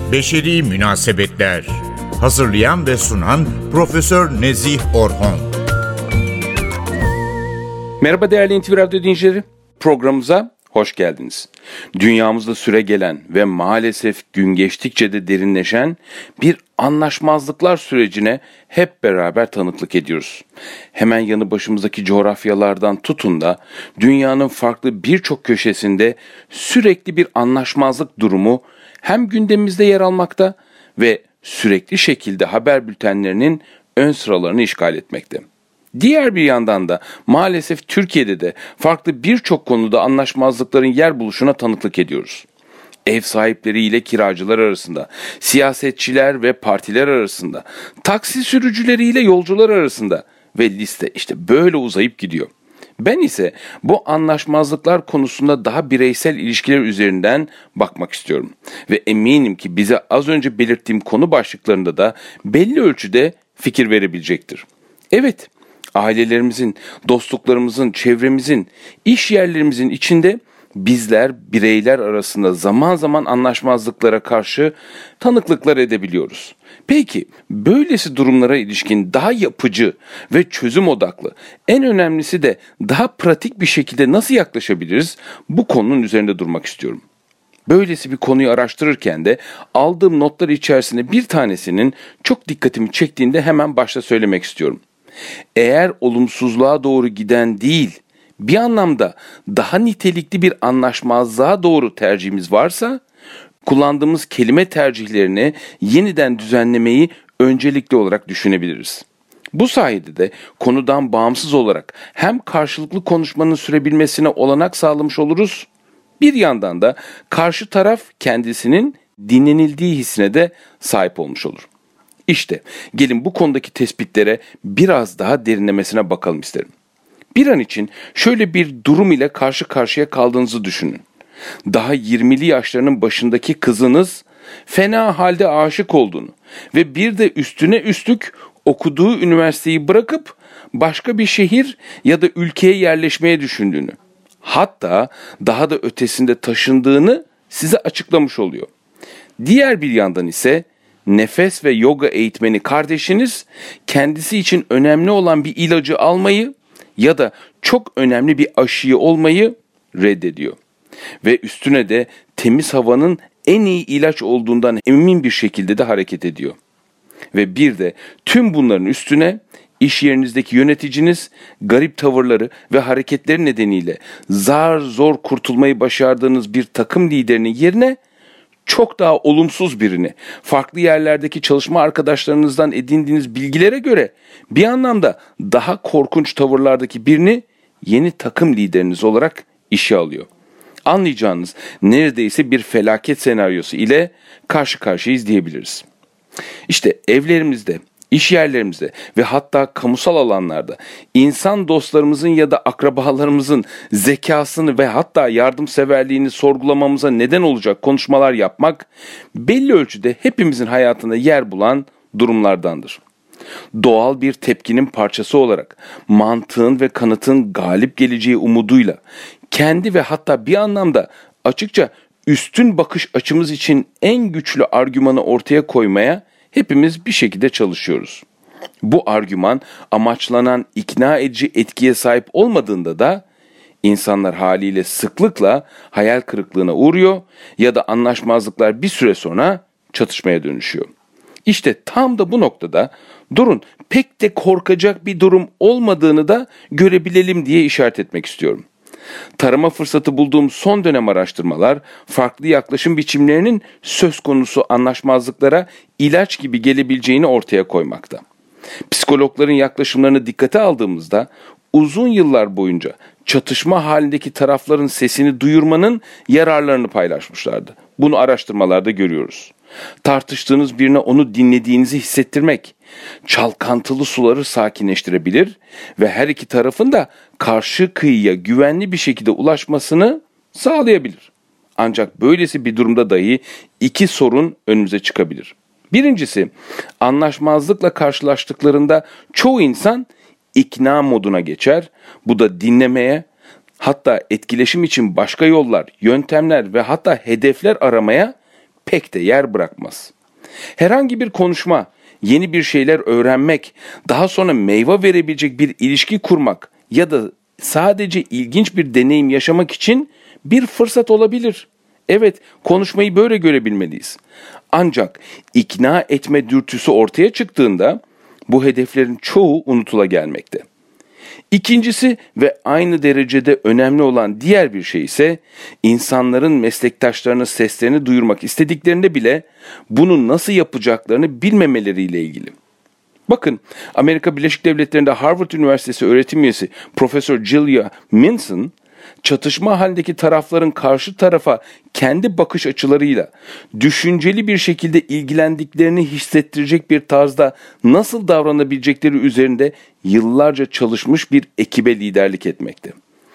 Beşeri Münasebetler. Hazırlayan ve sunan Profesör Nezih Orhon. Merhaba değerli NTV Radyo dinleyicileri. Programımıza hoş geldiniz. Dünyamızda süregelen ve maalesef gün geçtikçe de derinleşen bir anlaşmazlıklar sürecine hep beraber tanıklık ediyoruz. Hemen yanı başımızdaki coğrafyalardan tutun da dünyanın farklı birçok köşesinde sürekli bir anlaşmazlık durumu hem gündemimizde yer almakta ve sürekli şekilde haber bültenlerinin ön sıralarını işgal etmekte. Diğer bir yandan da maalesef Türkiye'de de farklı birçok konuda anlaşmazlıkların yer buluşuna tanıklık ediyoruz. Ev sahipleri ile kiracılar arasında, siyasetçiler ve partiler arasında, taksi sürücüleri ile yolcular arasında ve liste işte böyle uzayıp gidiyor. Ben ise bu anlaşmazlıklar konusunda daha bireysel ilişkiler üzerinden bakmak istiyorum. Ve eminim ki bize az önce belirttiğim konu başlıklarında da belli ölçüde fikir verebilecektir. Evet, ailelerimizin, dostluklarımızın, çevremizin, iş yerlerimizin içinde bizler bireyler arasında zaman zaman anlaşmazlıklara karşı tanıklıklar edebiliyoruz. Peki böylesi durumlara ilişkin daha yapıcı ve çözüm odaklı, en önemlisi de daha pratik bir şekilde nasıl yaklaşabiliriz? Bu konunun üzerinde durmak istiyorum. Böylesi bir konuyu araştırırken de aldığım notlar içerisinde bir tanesinin çok dikkatimi çektiğinde hemen başta söylemek istiyorum. Eğer olumsuzluğa doğru giden değil, bir anlamda daha nitelikli bir anlaşmazlığa doğru tercihimiz varsa, kullandığımız kelime tercihlerini yeniden düzenlemeyi öncelikli olarak düşünebiliriz. Bu sayede de konudan bağımsız olarak hem karşılıklı konuşmanın sürebilmesine olanak sağlamış oluruz, bir yandan da karşı taraf kendisinin dinlenildiği hissine de sahip olmuş olur. İşte gelin bu konudaki tespitlere biraz daha derinlemesine bakalım isterim. Bir an için şöyle bir durum ile karşı karşıya kaldığınızı düşünün. Daha 20'li yaşlarının başındaki kızınız fena halde aşık olduğunu ve bir de üstüne üstlük okuduğu üniversiteyi bırakıp başka bir şehir ya da ülkeye yerleşmeye düşündüğünü, hatta daha da ötesinde taşındığını size açıklamış oluyor. Diğer bir yandan ise nefes ve yoga eğitmeni kardeşiniz kendisi için önemli olan bir ilacı almayı ya da çok önemli bir aşıyı olmayı reddediyor. Ve üstüne de temiz havanın en iyi ilaç olduğundan emin bir şekilde de hareket ediyor. Ve bir de tüm bunların üstüne iş yerinizdeki yöneticiniz garip tavırları ve hareketleri nedeniyle zar zor kurtulmayı başardığınız bir takım liderinin yerine çok daha olumsuz birini, farklı yerlerdeki çalışma arkadaşlarınızdan edindiğiniz bilgilere göre bir anlamda daha korkunç tavırlardaki birini yeni takım lideriniz olarak işe alıyor. Anlayacağınız neredeyse bir felaket senaryosu ile karşı karşıyayız diyebiliriz. İşte evlerimizde, İş yerlerimizde ve hatta kamusal alanlarda insan dostlarımızın ya da akrabalarımızın zekasını ve hatta yardımseverliğini sorgulamamıza neden olacak konuşmalar yapmak belli ölçüde hepimizin hayatında yer bulan durumlardandır. Doğal bir tepkinin parçası olarak mantığın ve kanıtın galip geleceği umuduyla kendi ve hatta bir anlamda açıkça üstün bakış açımız için en güçlü argümanı ortaya koymaya hepimiz bir şekilde çalışıyoruz. Bu argüman amaçlanan ikna edici etkiye sahip olmadığında da insanlar haliyle sıklıkla hayal kırıklığına uğruyor ya da anlaşmazlıklar bir süre sonra çatışmaya dönüşüyor. İşte tam da bu noktada durun pek de korkacak bir durum olmadığını da görebilelim diye işaret etmek istiyorum. Tarama fırsatı bulduğum son dönem araştırmalar farklı yaklaşım biçimlerinin söz konusu anlaşmazlıklara ilaç gibi gelebileceğini ortaya koymakta. Psikologların yaklaşımlarını dikkate aldığımızda uzun yıllar boyunca çatışma halindeki tarafların sesini duyurmanın yararlarını paylaşmışlardı. Bunu araştırmalarda görüyoruz. Tartıştığınız birine onu dinlediğinizi hissettirmek, çalkantılı suları sakinleştirebilir ve her iki tarafın da karşı kıyıya güvenli bir şekilde ulaşmasını sağlayabilir. Ancak böylesi bir durumda dahi iki sorun önümüze çıkabilir. Birincisi, anlaşmazlıkla karşılaştıklarında çoğu insan ikna moduna geçer. Bu da dinlemeye, hatta etkileşim için başka yollar, yöntemler ve hatta hedefler aramaya pek de yer bırakmaz. Herhangi bir konuşma, yeni bir şeyler öğrenmek, daha sonra meyve verebilecek bir ilişki kurmak ya da sadece ilginç bir deneyim yaşamak için bir fırsat olabilir. Evet, konuşmayı böyle görebilmeliyiz. Ancak ikna etme dürtüsü ortaya çıktığında bu hedeflerin çoğu unutula gelmekte. İkincisi ve aynı derecede önemli olan diğer bir şey ise insanların meslektaşlarının seslerini duyurmak istediklerinde bile bunu nasıl yapacaklarını bilmemeleriyle ilgili. Bakın, Amerika Birleşik Devletleri'nde Harvard Üniversitesi öğretim üyesi Profesör Julia Minson, çatışma halindeki tarafların karşı tarafa kendi bakış açılarıyla düşünceli bir şekilde ilgilendiklerini hissettirecek bir tarzda nasıl davranabilecekleri üzerinde yıllarca çalışmış bir ekibe liderlik etmekte.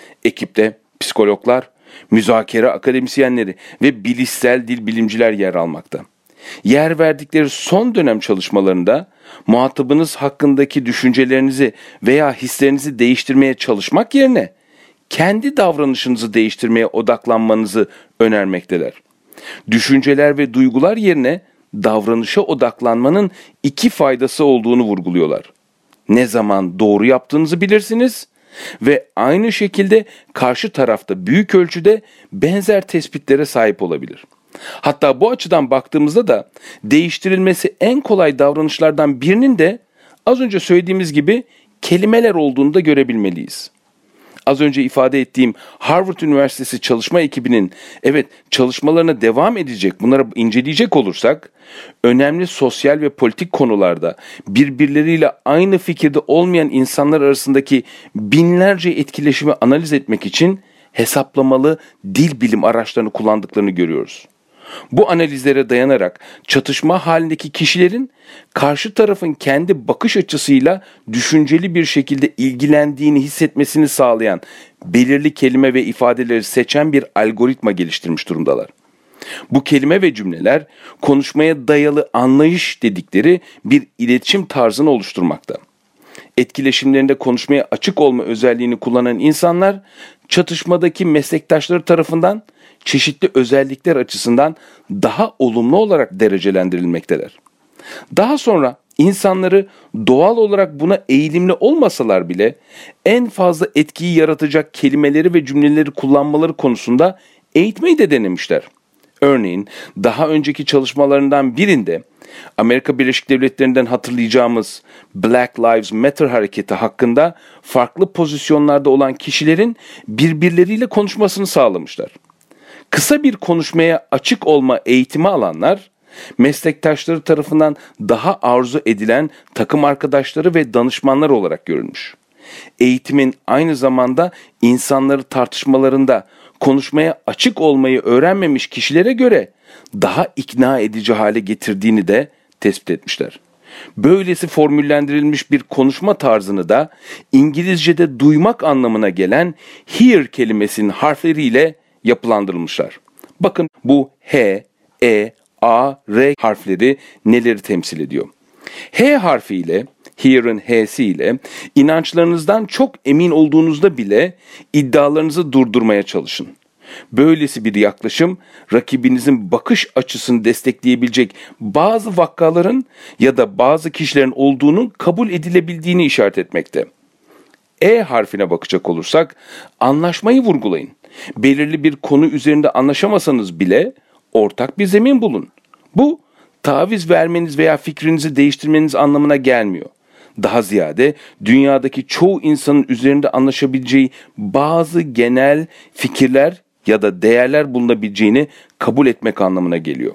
Ekipte psikologlar, müzakere akademisyenleri ve bilişsel dil bilimciler yer almakta. Yer verdikleri son dönem çalışmalarında muhatabınız hakkındaki düşüncelerinizi veya hislerinizi değiştirmeye çalışmak yerine kendi davranışınızı değiştirmeye odaklanmanızı önermekteler. Düşünceler ve duygular yerine davranışa odaklanmanın iki faydası olduğunu vurguluyorlar. Ne zaman doğru yaptığınızı bilirsiniz ve aynı şekilde karşı tarafta büyük ölçüde benzer tespitlere sahip olabilir. Hatta bu açıdan baktığımızda da değiştirilmesi en kolay davranışlardan birinin de az önce söylediğimiz gibi kelimeler olduğunu da görebilmeliyiz. Az önce ifade ettiğim Harvard Üniversitesi çalışma ekibinin çalışmalarına devam edecek, bunları inceleyecek olursak önemli sosyal ve politik konularda birbirleriyle aynı fikirde olmayan insanlar arasındaki binlerce etkileşimi analiz etmek için hesaplamalı dil bilim araçlarını kullandıklarını görüyoruz. Bu analizlere dayanarak çatışma halindeki kişilerin karşı tarafın kendi bakış açısıyla düşünceli bir şekilde ilgilendiğini hissetmesini sağlayan belirli kelime ve ifadeleri seçen bir algoritma geliştirmiş durumdalar. Bu kelime ve cümleler konuşmaya dayalı anlayış dedikleri bir iletişim tarzını oluşturmakta. Etkileşimlerinde konuşmaya açık olma özelliğini kullanan insanlar çatışmadaki meslektaşları tarafından çeşitli özellikler açısından daha olumlu olarak derecelendirilmekteler. Daha sonra insanları doğal olarak buna eğilimli olmasalar bile en fazla etkiyi yaratacak kelimeleri ve cümleleri kullanmaları konusunda eğitmeyi de denemişler. Örneğin daha önceki çalışmalarından birinde Amerika Birleşik Devletleri'nden hatırlayacağımız Black Lives Matter hareketi hakkında farklı pozisyonlarda olan kişilerin birbirleriyle konuşmasını sağlamışlar. Kısa bir konuşmaya açık olma eğitimi alanlar, meslektaşları tarafından daha arzu edilen takım arkadaşları ve danışmanlar olarak görülmüş. Eğitimin aynı zamanda insanları tartışmalarında konuşmaya açık olmayı öğrenmemiş kişilere göre daha ikna edici hale getirdiğini de tespit etmişler. Böylesi formüllendirilmiş bir konuşma tarzını da İngilizce'de duymak anlamına gelen hear kelimesinin harfleriyle yapılandırılmışlar. Bakın bu H, E, A, R harfleri neleri temsil ediyor? H harfiyle, hear'ın H'si ile inançlarınızdan çok emin olduğunuzda bile iddialarınızı durdurmaya çalışın. Böylesi bir yaklaşım rakibinizin bakış açısını destekleyebilecek bazı vakaların ya da bazı kişilerin olduğunun kabul edilebildiğini işaret etmekte. E harfine bakacak olursak anlaşmayı vurgulayın. Belirli bir konu üzerinde anlaşamasanız bile ortak bir zemin bulun. Bu taviz vermeniz veya fikrinizi değiştirmeniz anlamına gelmiyor. Daha ziyade dünyadaki çoğu insanın üzerinde anlaşabileceği bazı genel fikirler ya da değerler bulunabileceğini kabul etmek anlamına geliyor.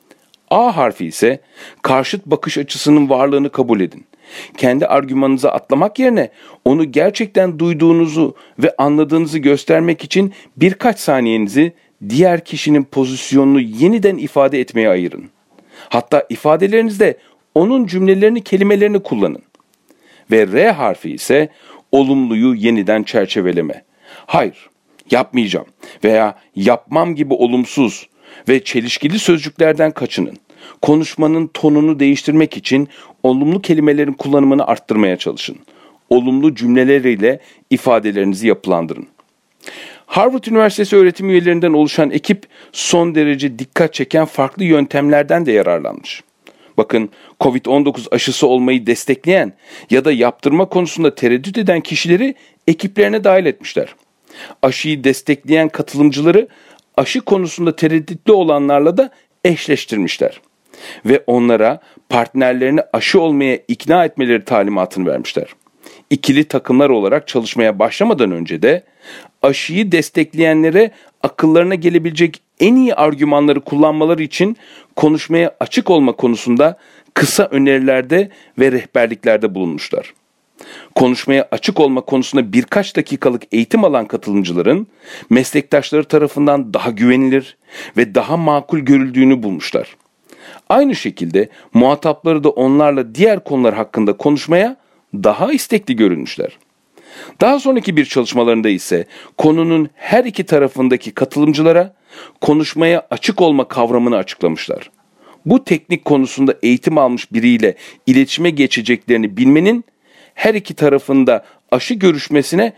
A harfi ise karşıt bakış açısının varlığını kabul edin. Kendi argümanınıza atlamak yerine onu gerçekten duyduğunuzu ve anladığınızı göstermek için birkaç saniyenizi diğer kişinin pozisyonunu yeniden ifade etmeye ayırın. Hatta ifadelerinizde onun cümlelerini, kelimelerini kullanın. Ve R harfi ise olumluyu yeniden çerçeveleme. Hayır, yapmayacağım veya yapmam gibi olumsuz ve çelişkili sözcüklerden kaçının. Konuşmanın tonunu değiştirmek için olumlu kelimelerin kullanımını arttırmaya çalışın. Olumlu cümleleriyle ifadelerinizi yapılandırın. Harvard Üniversitesi öğretim üyelerinden oluşan ekip son derece dikkat çeken farklı yöntemlerden de yararlanmış. Bakın, Covid-19 aşısı olmayı destekleyen ya da yaptırma konusunda tereddüt eden kişileri ekiplerine dahil etmişler. Aşıyı destekleyen katılımcıları aşı konusunda tereddütlü olanlarla da eşleştirmişler. Ve onlara partnerlerini aşı olmaya ikna etmeleri talimatını vermişler. İkili takımlar olarak çalışmaya başlamadan önce de aşıyı destekleyenlere akıllarına gelebilecek en iyi argümanları kullanmaları için konuşmaya açık olma konusunda kısa önerilerde ve rehberliklerde bulunmuşlar. Konuşmaya açık olma konusunda birkaç dakikalık eğitim alan katılımcıların meslektaşları tarafından daha güvenilir ve daha makul görüldüğünü bulmuşlar. Aynı şekilde muhatapları da onlarla diğer konular hakkında konuşmaya daha istekli görünmüşler. Daha sonraki bir çalışmalarında ise konunun her iki tarafındaki katılımcılara konuşmaya açık olma kavramını açıklamışlar. Bu teknik konusunda eğitim almış biriyle iletişime geçeceklerini bilmenin her iki tarafında aşı görüşmesine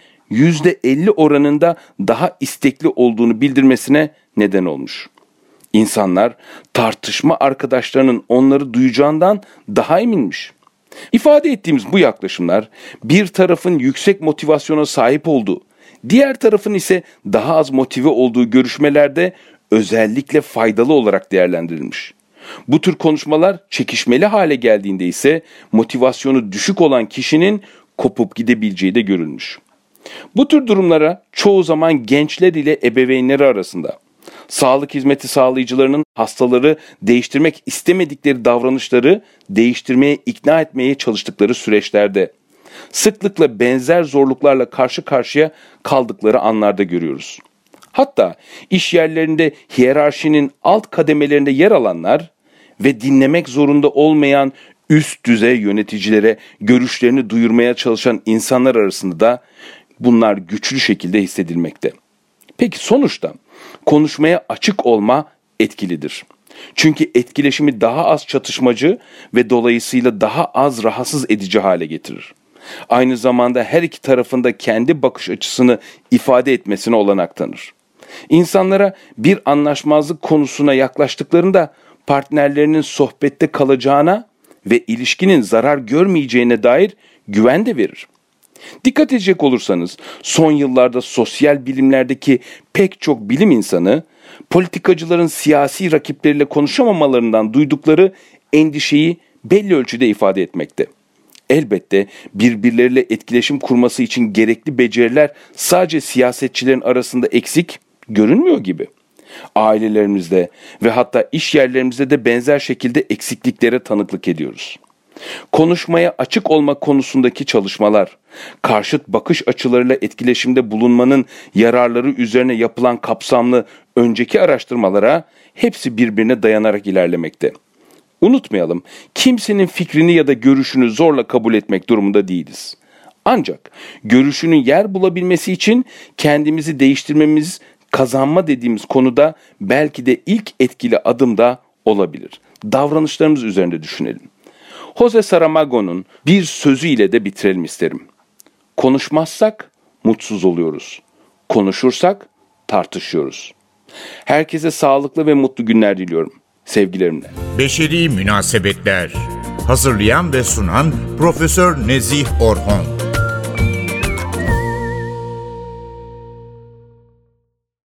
%50 oranında daha istekli olduğunu bildirmesine neden olmuş. İnsanlar tartışma arkadaşlarının onları duyacağından daha eminmiş. İfade ettiğimiz bu yaklaşımlar bir tarafın yüksek motivasyona sahip olduğu, diğer tarafın ise daha az motive olduğu görüşmelerde özellikle faydalı olarak değerlendirilmiş. Bu tür konuşmalar çekişmeli hale geldiğinde ise motivasyonu düşük olan kişinin kopup gidebileceği de görülmüş. Bu tür durumlara çoğu zaman gençler ile ebeveynleri arasında, sağlık hizmeti sağlayıcılarının hastaları değiştirmek istemedikleri davranışları değiştirmeye ikna etmeye çalıştıkları süreçlerde, sıklıkla benzer zorluklarla karşı karşıya kaldıkları anlarda görüyoruz. Hatta iş yerlerinde hiyerarşinin alt kademelerinde yer alanlar ve dinlemek zorunda olmayan üst düzey yöneticilere görüşlerini duyurmaya çalışan insanlar arasında da bunlar güçlü şekilde hissedilmekte. Peki sonuçta konuşmaya açık olma etkilidir. Çünkü etkileşimi daha az çatışmacı ve dolayısıyla daha az rahatsız edici hale getirir. Aynı zamanda her iki tarafında kendi bakış açısını ifade etmesine olanak tanır. İnsanlara bir anlaşmazlık konusuna yaklaştıklarında partnerlerinin sohbette kalacağına ve ilişkinin zarar görmeyeceğine dair güven de verir. Dikkat edecek olursanız son yıllarda sosyal bilimlerdeki pek çok bilim insanı politikacıların siyasi rakipleriyle konuşamamalarından duydukları endişeyi belli ölçüde ifade etmekte. Elbette birbirleriyle etkileşim kurması için gerekli beceriler sadece siyasetçilerin arasında eksik görünmüyor gibi. Ailelerimizde ve hatta iş yerlerimizde de benzer şekilde eksikliklere tanıklık ediyoruz. Konuşmaya açık olma konusundaki çalışmalar, karşıt bakış açılarıyla etkileşimde bulunmanın yararları üzerine yapılan kapsamlı önceki araştırmalara hepsi birbirine dayanarak ilerlemekte. Unutmayalım, kimsenin fikrini ya da görüşünü zorla kabul etmek durumunda değiliz. Ancak görüşünün yer bulabilmesi için kendimizi değiştirmemiz, kazanma dediğimiz konuda belki de ilk etkili adım da olabilir. Davranışlarımız üzerinde düşünelim. Jose Saramago'nun bir sözüyle de bitirelim isterim. Konuşmazsak mutsuz oluyoruz. Konuşursak tartışıyoruz. Herkese sağlıklı ve mutlu günler diliyorum. Sevgilerimle. Beşeri Münasebetler. Hazırlayan ve sunan Profesör Nezih Orhon.